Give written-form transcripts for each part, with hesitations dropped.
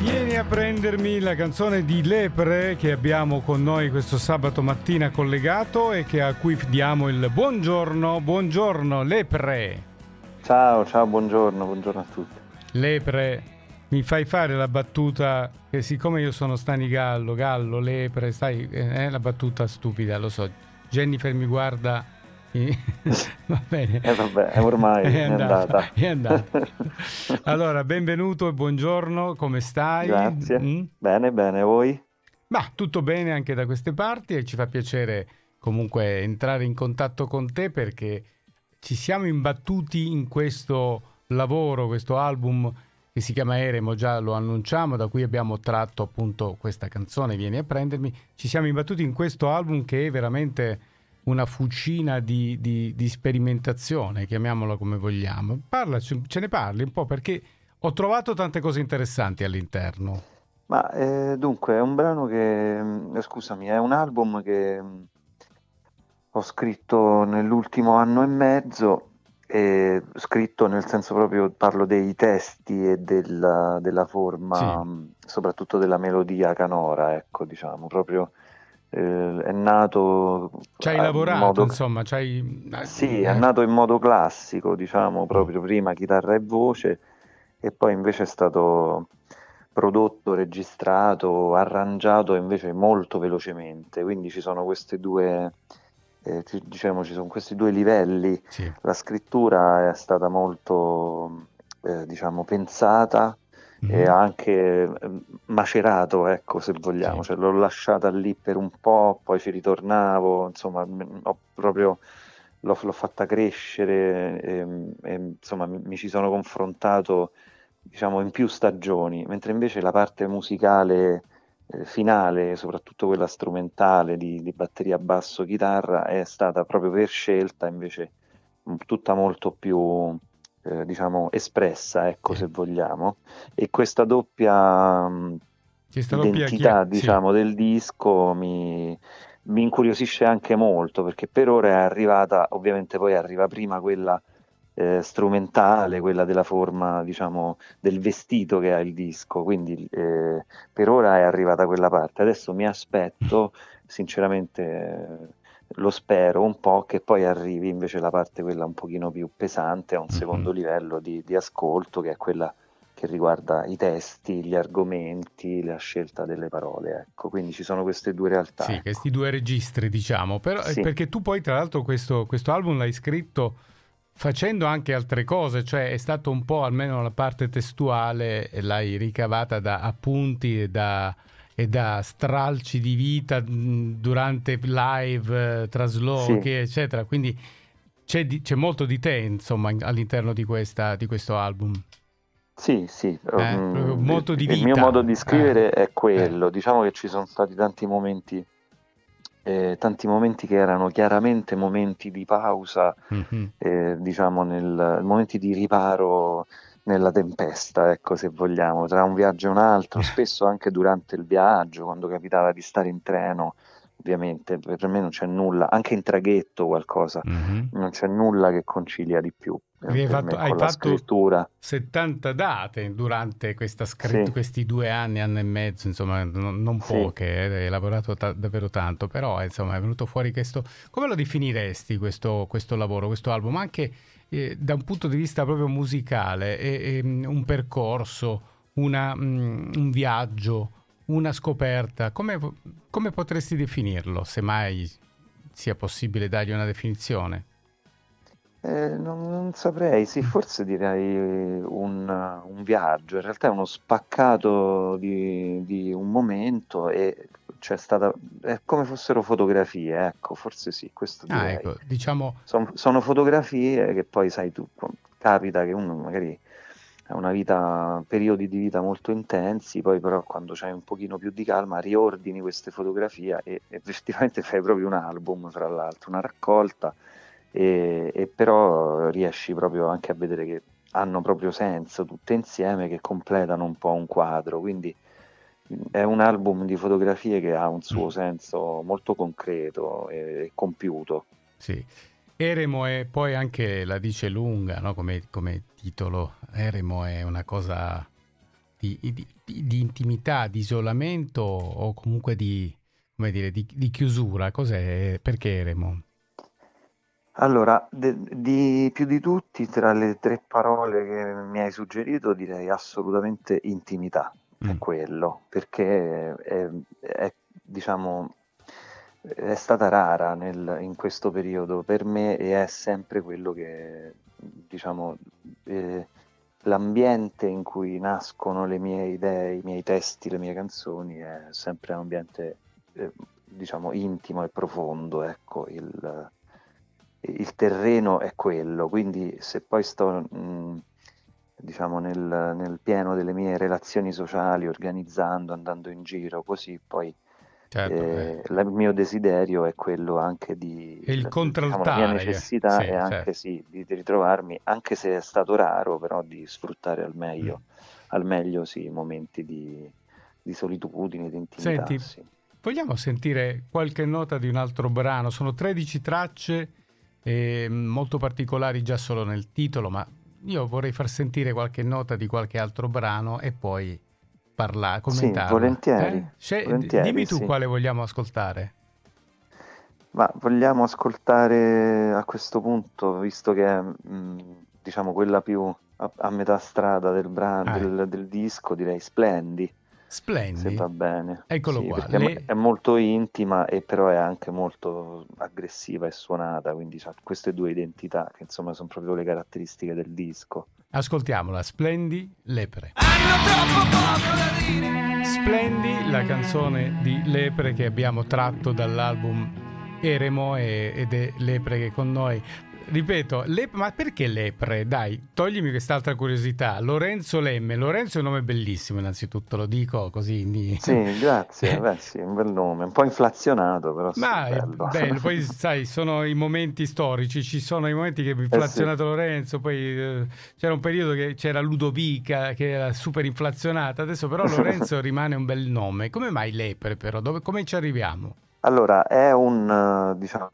Vieni a prendermi, la canzone di Lepre che abbiamo con noi questo sabato mattina collegato e a cui diamo il buongiorno. Buongiorno Lepre. Ciao, buongiorno a tutti. Lepre, mi fai fare la battuta che siccome io sono Stanigallo, Gallo, Lepre, sai, la battuta stupida, lo so. Jennifer mi guarda. Va bene. Vabbè, ormai è andata. È andata. Allora, benvenuto e buongiorno, come stai? Grazie. Bene, voi? Ma tutto bene anche da queste parti e ci fa piacere comunque entrare in contatto con te perché ci siamo imbattuti in questo lavoro, questo album che si chiama Eremo, già lo annunciamo, da cui abbiamo tratto appunto questa canzone, Vieni a prendermi. Ci siamo imbattuti in questo album che è veramente una fucina di sperimentazione, chiamiamola come vogliamo. Ce ne parli un po' perché ho trovato tante cose interessanti all'interno. Ma dunque, è un brano che, scusami, è un album che ho scritto nell'ultimo anno e mezzo, scritto nel senso proprio, parlo dei testi e della forma, soprattutto della melodia canora, ecco, diciamo, proprio è nato Ci hai in lavorato, modo... insomma, Sì, è nato in modo classico, diciamo, proprio prima chitarra e voce, e poi invece è stato prodotto, registrato, arrangiato invece molto velocemente. Quindi ci sono questi due, diciamo, ci sono questi due livelli. Sì. La scrittura è stata molto, diciamo, pensata e anche macerato, ecco, se vogliamo. Sì. Cioè, l'ho lasciata lì per un po', poi ci ritornavo, insomma, ho proprio l'ho fatta crescere e, insomma mi ci sono confrontato, diciamo, in più stagioni, mentre invece la parte musicale finale, soprattutto quella strumentale di batteria, basso, chitarra, è stata proprio per scelta invece tutta molto più diciamo espressa, ecco, se vogliamo, e questa doppia identità, diciamo, del disco mi incuriosisce anche molto, perché per ora è arrivata, ovviamente poi arriva prima quella strumentale, quella della forma, diciamo, del vestito che ha il disco, quindi per ora è arrivata quella parte. Adesso mi aspetto, sinceramente, lo spero un po' che poi arrivi invece la parte quella un pochino più pesante, a un secondo livello di ascolto, che è quella che riguarda i testi, gli argomenti, la scelta delle parole, ecco. Quindi ci sono queste due realtà. Sì, ecco. questi due registri, diciamo, però Sì. perché tu poi tra l'altro questo album l'hai scritto facendo anche altre cose, cioè è stato un po', almeno la parte testuale, l'hai ricavata da appunti e da stralci di vita durante live, traslochi, eccetera, quindi c'è molto di te, insomma, all'interno di questo album. Sì, Molto di vita. Il mio modo di scrivere è quello, diciamo che ci sono stati tanti momenti che erano chiaramente momenti di pausa, diciamo, momenti di riparo nella tempesta, ecco, se vogliamo, tra un viaggio e un altro, spesso anche durante il viaggio, quando capitava di stare in treno, ovviamente per me non c'è nulla, anche in traghetto qualcosa, non c'è nulla che concilia di più per me con la scrittura. 70 date durante questi 2 anni e mezzo, insomma, non poche, hai lavorato davvero tanto, però insomma è venuto fuori questo. Come lo definiresti questo lavoro, questo album? Anche da un punto di vista proprio musicale, è un percorso, un viaggio, una scoperta. Come potresti definirlo, se mai sia possibile dargli una definizione? Non saprei, sì, forse direi un viaggio, in realtà è uno spaccato di un momento e c'è stata, è come fossero fotografie, ecco, forse sì, questo direi. Ecco, diciamo. Sono fotografie che poi, sai tu, capita che uno magari ha una vita, periodi di vita molto intensi, poi però quando c'hai un pochino più di calma riordini queste fotografie e effettivamente fai proprio un album, fra l'altro, una raccolta. E però riesci proprio anche a vedere che hanno proprio senso tutte insieme, che completano un po' un quadro, quindi è un album di fotografie che ha un suo senso molto concreto e compiuto. Sì, Eremo è poi anche la dice lunga, no? Come titolo, Eremo è una cosa di intimità, di isolamento o comunque come dire, di chiusura? Cos'è? Perché Eremo? Allora, più di tutti, tra le tre parole che mi hai suggerito, direi assolutamente intimità, è Mm, quello, perché diciamo, è stata rara in questo periodo per me e è sempre quello che, diciamo, eh, l'ambiente in cui nascono le mie idee, i miei testi, le mie canzoni è sempre un ambiente, diciamo, intimo e profondo, ecco, il terreno è quello, quindi se poi sto, diciamo, nel pieno delle mie relazioni sociali, organizzando, andando in giro, così poi certo, il mio desiderio è quello anche è il diciamo, la mia contraltare, necessità è sì, certo. anche sì, di ritrovarmi, anche se è stato raro, però di sfruttare Mm. al meglio sì, i momenti di solitudine, di intimità, Senti, sì. vogliamo sentire qualche nota di un altro brano? Sono 13 tracce, molto particolari già solo nel titolo, ma io vorrei far sentire qualche nota di qualche altro brano e poi Sì, commentarla. volentieri, Dimmi volentieri, tu sì. quale vogliamo ascoltare. Ma vogliamo ascoltare a questo punto, visto che è, diciamo, quella più a metà strada Eh, del disco, direi Splendi, se Splendi, va bene. eccolo Sì, qua. perché è molto intima e però è anche molto aggressiva e suonata, quindi ha queste due identità che insomma sono proprio le caratteristiche del disco. Ascoltiamola, Splendi, Lepre. Hanno troppo poco da dire. Splendi, la canzone di Lepre che abbiamo tratto dall'album Eremo ed è Lepre che è con noi. Ripeto, ma perché Lepre? Dai, toglimi quest'altra curiosità. Lorenzo Lemme. Lorenzo è un nome bellissimo, innanzitutto, lo dico così. Sì, grazie, beh sì, un bel nome, un po' inflazionato, però sì, Ma è bello. bello, poi sai, sono i momenti storici, ci sono i momenti che ha Eh sì. inflazionato Lorenzo, poi c'era un periodo che c'era Ludovica che era super inflazionata, adesso però Lorenzo rimane un bel nome. Come mai Lepre però? Come ci arriviamo? Allora, è diciamo,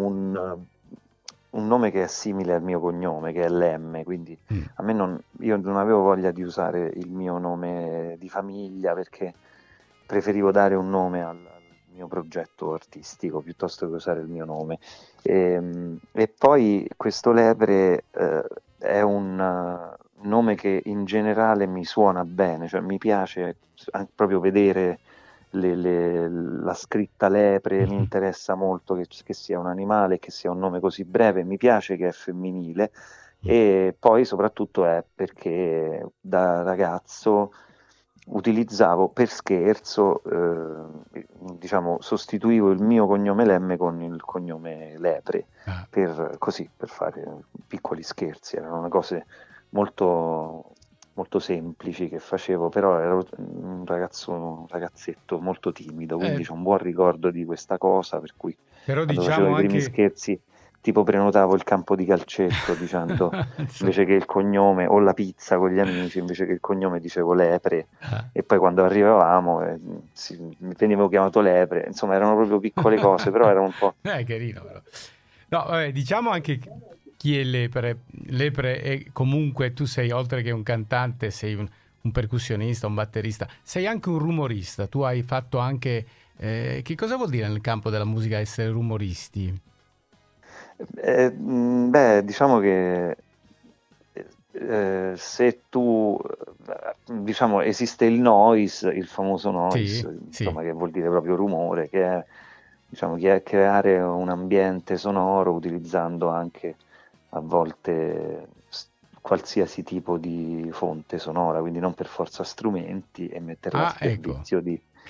un nome che è simile al mio cognome, che è Lemme, quindi Mm. io non avevo voglia di usare il mio nome di famiglia perché preferivo dare un nome al mio progetto artistico piuttosto che usare il mio nome. E poi questo Lepre è un nome che in generale mi suona bene, cioè mi piace proprio vedere la scritta lepre, mi Mhm. interessa molto che sia un animale, che sia un nome così breve, mi piace che è femminile e poi soprattutto è perché da ragazzo utilizzavo per scherzo, diciamo, sostituivo il mio cognome Lemme con il cognome Lepre, Ah, così, per fare piccoli scherzi, erano cose molto, molto semplici che facevo, però ero un ragazzetto molto timido, quindi eh, c'ho un buon ricordo di questa cosa, per cui però quando facevo diciamo i primi anche... scherzi, tipo prenotavo il campo di calcetto dicendo Insomma, invece che il cognome, o la pizza con gli amici, invece che il cognome dicevo Lepre, ah. e poi quando arrivavamo mi venivo chiamato Lepre, insomma erano proprio piccole cose, però erano un po'... Carino però. No, vabbè, diciamo anche chi è Lepre. Lepre è comunque, tu sei oltre che un cantante, sei un percussionista, un batterista, sei anche un rumorista. Tu hai fatto anche... che cosa vuol dire nel campo della musica essere rumoristi? Beh, diciamo che se tu, diciamo, esiste il noise, il famoso Sì, noise, sì. insomma, che vuol dire proprio rumore, che è, diciamo, che è creare un ambiente sonoro utilizzando anche a volte qualsiasi tipo di fonte sonora, quindi non per forza strumenti e metterla a Ah, ecco. servizio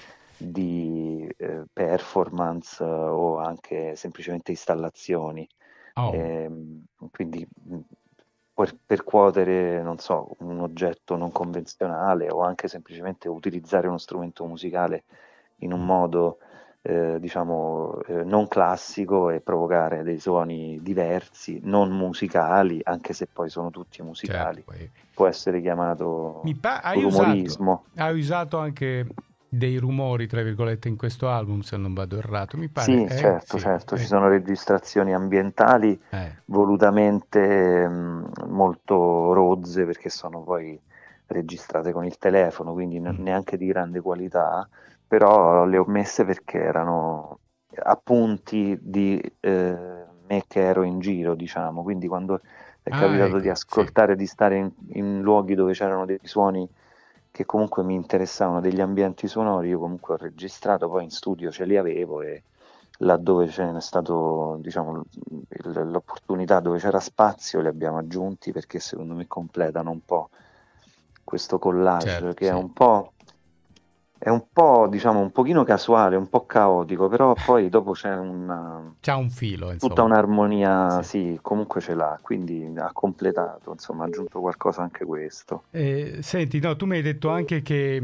di performance o anche semplicemente installazioni. Oh. Quindi per percuotere, non so, un oggetto non convenzionale o anche semplicemente utilizzare uno strumento musicale in un modo, diciamo, non classico e provocare dei suoni diversi, non musicali, anche se poi sono tutti Certo, musicali. poi Può essere chiamato hai usato, rumorismo. hai usato anche dei rumori, tra virgolette, in questo album, se non vado errato. Mi pare, Sì, certo, sì, certo, ci sono registrazioni ambientali eh. volutamente molto rozze perché sono poi registrate con il telefono, quindi neanche di grande qualità, però le ho messe perché erano appunti di me che ero in giro, diciamo, quindi quando è capitato di ecco, sì. ascoltare, di stare in luoghi dove c'erano dei suoni che comunque mi interessavano, degli ambienti sonori, io comunque ho registrato, poi in studio ce li avevo e laddove ce n'è stato, diciamo, l'opportunità, dove c'era spazio, li abbiamo aggiunti perché secondo me completano un po' questo collage Certo, che sì. è un po', diciamo, un pochino casuale, un po' caotico, però poi dopo c'è C'ha un filo, tutta insomma. un'armonia, Sì. sì, comunque ce l'ha, quindi ha completato, insomma, ha aggiunto qualcosa anche questo. Senti, no, tu mi hai detto anche che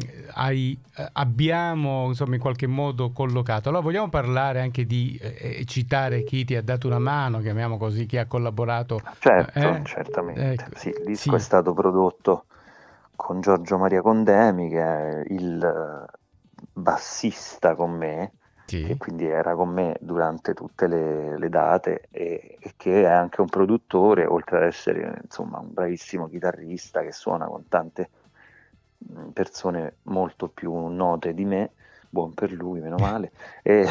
abbiamo, insomma, in qualche modo collocato. Allora, vogliamo parlare anche di citare chi ti ha dato una mano, chiamiamo così, chi ha collaborato. Certo, certamente. Ecco, Sì, il disco è sì, stato prodotto con Giorgio Maria Condemi, che è il bassista con me, che sì, quindi era con me durante tutte le date e che è anche un produttore, oltre ad essere insomma un bravissimo chitarrista che suona con tante persone molto più note di me, buon per lui, meno male. E,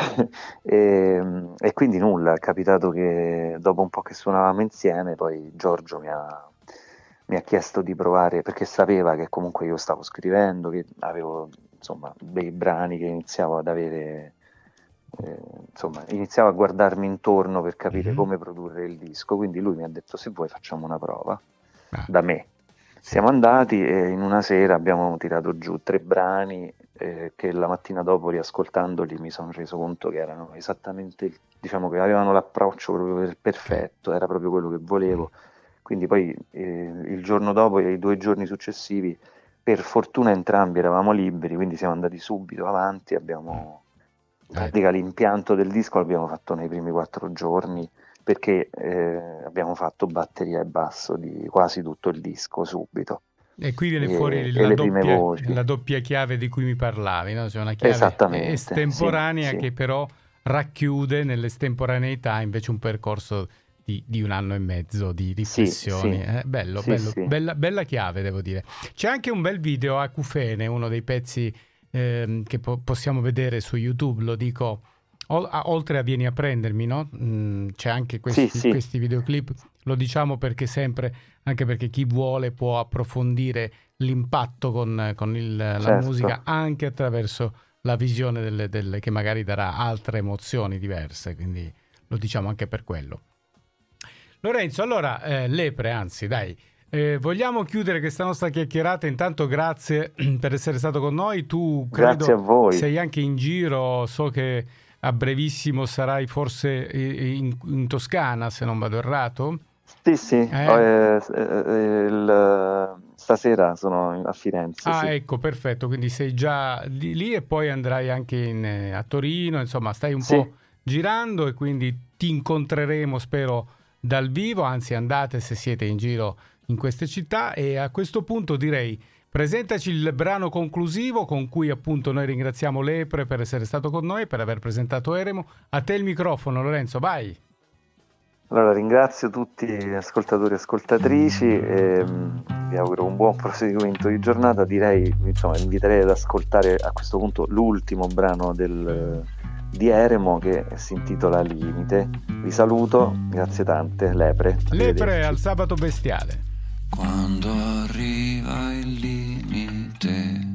e quindi nulla, è capitato che dopo un po' che suonavamo insieme, poi Giorgio mi ha chiesto di provare, perché sapeva che comunque io stavo scrivendo, che avevo insomma dei brani che iniziavo ad avere, insomma, iniziavo a guardarmi intorno per capire mhm. come produrre il disco, quindi lui mi ha detto se vuoi facciamo una prova Ah, da me. sì. Siamo andati e in una sera abbiamo tirato giù 3 brani che la mattina dopo riascoltandoli mi sono reso conto che erano esattamente, diciamo che avevano l'approccio proprio Ok. perfetto, era proprio quello che Mm. volevo. Quindi poi il giorno dopo e i 2 giorni successivi, per fortuna entrambi eravamo liberi, quindi siamo andati subito avanti, Mm. abbiamo, in Ecco. pratica l'impianto del disco l'abbiamo fatto nei primi 4 giorni perché abbiamo fatto batteria e basso di quasi tutto il disco subito E qui viene fuori e le prime voci. la doppia chiave di cui mi parlavi, no? Cioè una chiave Esattamente, sì, estemporanea sì, che però racchiude nell'estemporaneità invece un percorso di 1 anno e mezzo di sì, riflessioni. sì, Bello, sì, bello, sì, bella, bella chiave, devo dire. C'è anche un bel video a Cufene, uno dei pezzi che possiamo vedere su YouTube, lo dico, oltre a Vieni a prendermi, no? C'è anche sì, sì, questi videoclip, lo diciamo perché sempre, anche perché chi vuole può approfondire l'impatto con la musica certo. anche attraverso la visione che magari darà altre emozioni diverse, quindi lo diciamo anche per quello. Lorenzo, allora, Lepre, anzi, dai, vogliamo chiudere questa nostra chiacchierata. Intanto grazie per essere stato con noi. Tu Grazie credo a voi. sei anche in giro, so che a brevissimo sarai forse in Toscana, se non vado errato. Sì, sì, Eh? stasera sono a Firenze, Ah, sì, ecco, perfetto, quindi sei già lì e poi andrai anche a Torino, insomma, stai un sì. po' girando e quindi ti incontreremo, spero, dal vivo, anzi andate se siete in giro in queste città e a questo punto direi presentaci il brano conclusivo con cui appunto noi ringraziamo Lepre per essere stato con noi, per aver presentato Eremo. A te il microfono, Lorenzo, vai! Allora ringrazio tutti gli ascoltatori e ascoltatrici e vi auguro un buon proseguimento di giornata. Direi, insomma, inviterei ad ascoltare a questo punto l'ultimo brano di Eremo che si intitola Limite. Vi saluto, grazie tante, Lepre, Lepre arrivederci. al sabato bestiale. Quando arriva il limite